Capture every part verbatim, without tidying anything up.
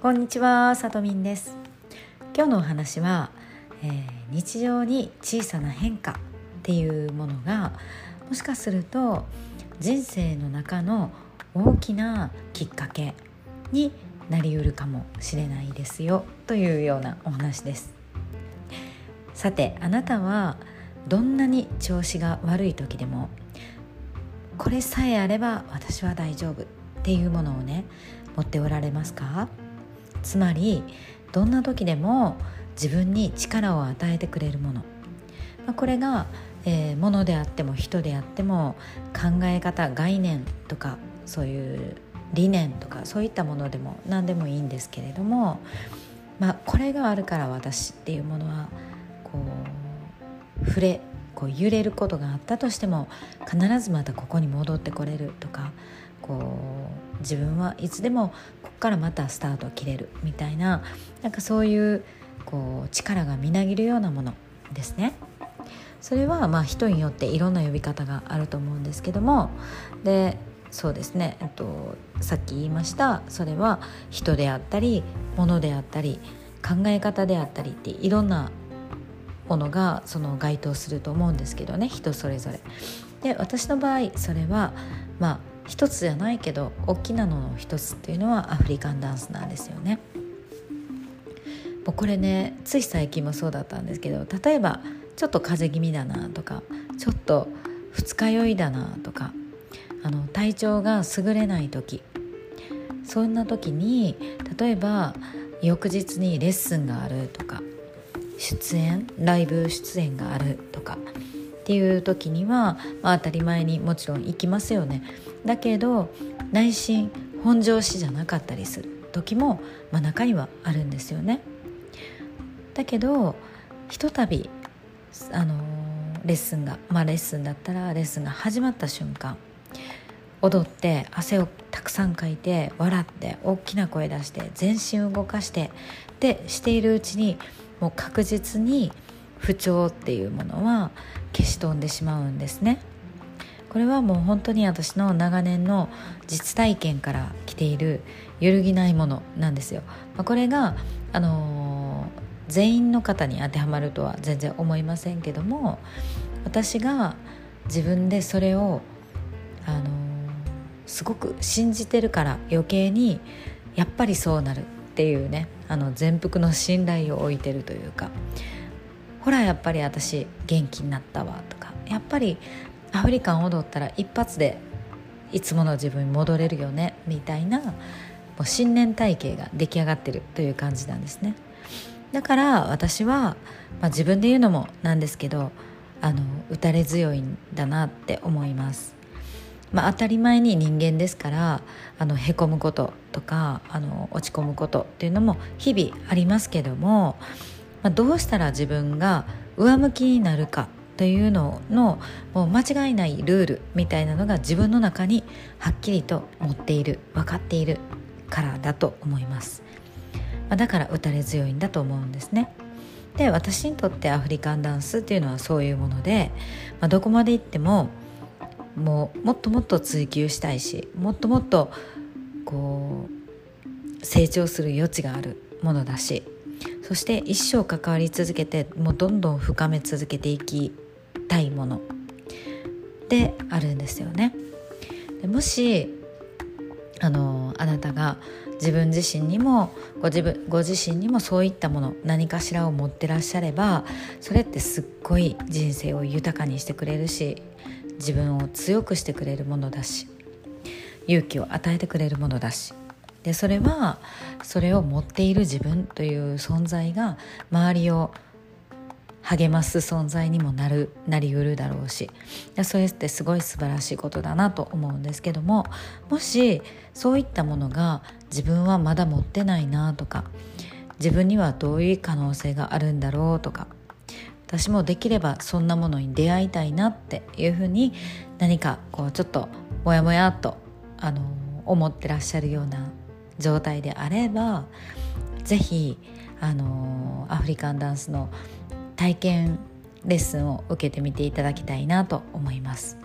こんにちは、さとみんです。今日のお話は、えー、日常に小さな変化っていうものがもしかすると人生の中の大きなきっかけになりうるかもしれないですよというようなお話です。さて、あなたはどんなに調子が悪い時でもこれさえあれば私は大丈夫っていうものをね持っておられますか？つまりどんな時でも自分に力を与えてくれるもの、まあ、これが、えー、物であっても人であっても考え方、概念とかそういう理念とかそういったものでも何でもいいんですけれども、まあ、これがあるから私っていうものはこう触れこう揺れることがあったとしても必ずまたここに戻ってこれるとか、こう自分はいつでもここからまたスタートを切れるみたいな、なんかそういうこう力がみなぎるようなものですね。それはまあ人によっていろんな呼び方があると思うんですけども、でそうですね、えっと、さっき言いましたそれは人であったり物であったり考え方であったりっていろんなものがその該当すると思うんですけどね、人それぞれで、私の場合それはまあ一つじゃないけど大きなのの一つっていうのはアフリカンダンスなんですよね。もうこれね、つい最近もそうだったんですけど、例えばちょっと風邪気味だなとか、ちょっと二日酔いだなとか、あの体調が優れない時、そんな時に例えば翌日にレッスンがあるとか、出演ライブ出演があるとかっていう時には、まあ、当たり前にもちろん行きますよね。だけど内心本調子じゃなかったりする時も、まあ、中にはあるんですよね。だけどひとたびあのレッスンが、まあ、レッスンだったらレッスンが始まった瞬間、踊って汗をたくさんかいて笑って大きな声出して全身動かしてでしているうちにもう確実に不調っていうものは消し飛んでしまうんですね。これはもう本当に私の長年の実体験から来ている揺るぎないものなんですよ。これが、あのー、全員の方に当てはまるとは全然思いませんけども、私が自分でそれを、あのー、すごく信じてるから余計にやっぱりそうなるっていうね、あの全幅の信頼を置いてるというか、ほらやっぱり私元気になったわとか、やっぱりアフリカン踊ったら一発でいつもの自分に戻れるよねみたいな、もう信念体系が出来上がってるという感じなんですね。だから私は、まあ、自分で言うのもなんですけど、あの打たれ強いんだなって思います。まあ、当たり前に人間ですから、あのへこむこととかあの落ち込むことっていうのも日々ありますけども、まあ、どうしたら自分が上向きになるかというののもう間違いないルールみたいなのが自分の中にはっきりと持っている、分かっているからだと思います。まあ、だから打たれ強いんだと思うんですね。で、私にとってアフリカンダンスっていうのはそういうもので、まあ、どこまで行ってももうもっともっと追求したいし、もっともっとこう成長する余地があるものだし、そして一生関わり続けてもうどんどん深め続けていきたいものであるんですよね。でもしあのあなたが自分自身にもご自分ご自身にもそういったもの何かしらを持ってらっしゃれば、それってすっごい人生を豊かにしてくれるし、自分を強くしてくれるものだし、勇気を与えてくれるものだし、でそれはそれを持っている自分という存在が周りを励ます存在にもなるなりうるだろうし、それってすごい素晴らしいことだなと思うんですけども、もしそういったものが自分はまだ持ってないなとか、自分にはどういう可能性があるんだろうとか、私もできればそんなものに出会いたいなっていうふうに何かこうちょっともやもやっとあの思ってらっしゃるような状態であれば、ぜひあのアフリカンダンスの体験レッスンを受けてみていただきたいなと思います。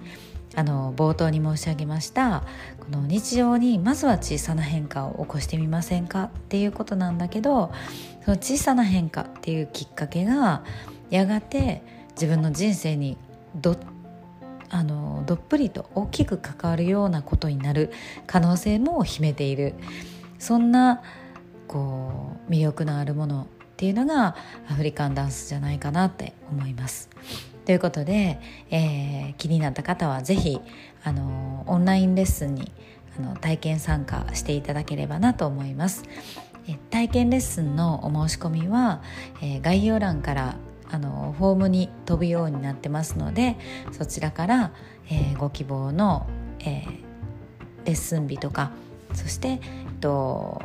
あの冒頭に申し上げましたこの日常にまずは小さな変化を起こしてみませんかっていうことなんだけど、その小さな変化っていうきっかけがやがて自分の人生にどあのどっぷりと大きく関わるようなことになる可能性も秘めている、そんなこう魅力のあるものっていうのがアフリカンダンスじゃないかなって思います。ということで、えー、気になった方はぜひあのオンラインレッスンにあの体験参加していただければなと思います。え体験レッスンのお申し込みは、えー、概要欄からあのフォームに飛ぶようになってますので、そちらから、えー、ご希望の、えー、レッスン日とか、そして、えっと、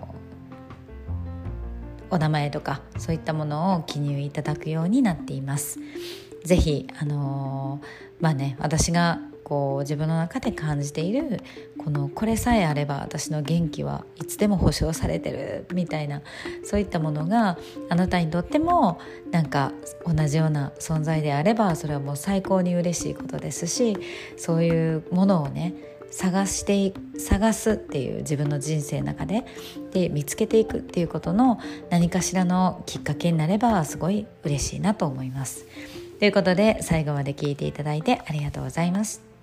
お名前とかそういったものを記入いただくようになっています。ぜひあのー、まあね私がこう自分の中で感じているこのこれさえあれば私の元気はいつでも保証されてるみたいな、そういったものがあなたにとってもなんか同じような存在であれば、それはもう最高に嬉しいことですし、そういうものをね探して探すっていう自分の人生の中でで見つけていくっていうことの何かしらのきっかけになればすごい嬉しいなと思います。ということで最後まで聞いていただいてありがとうございます。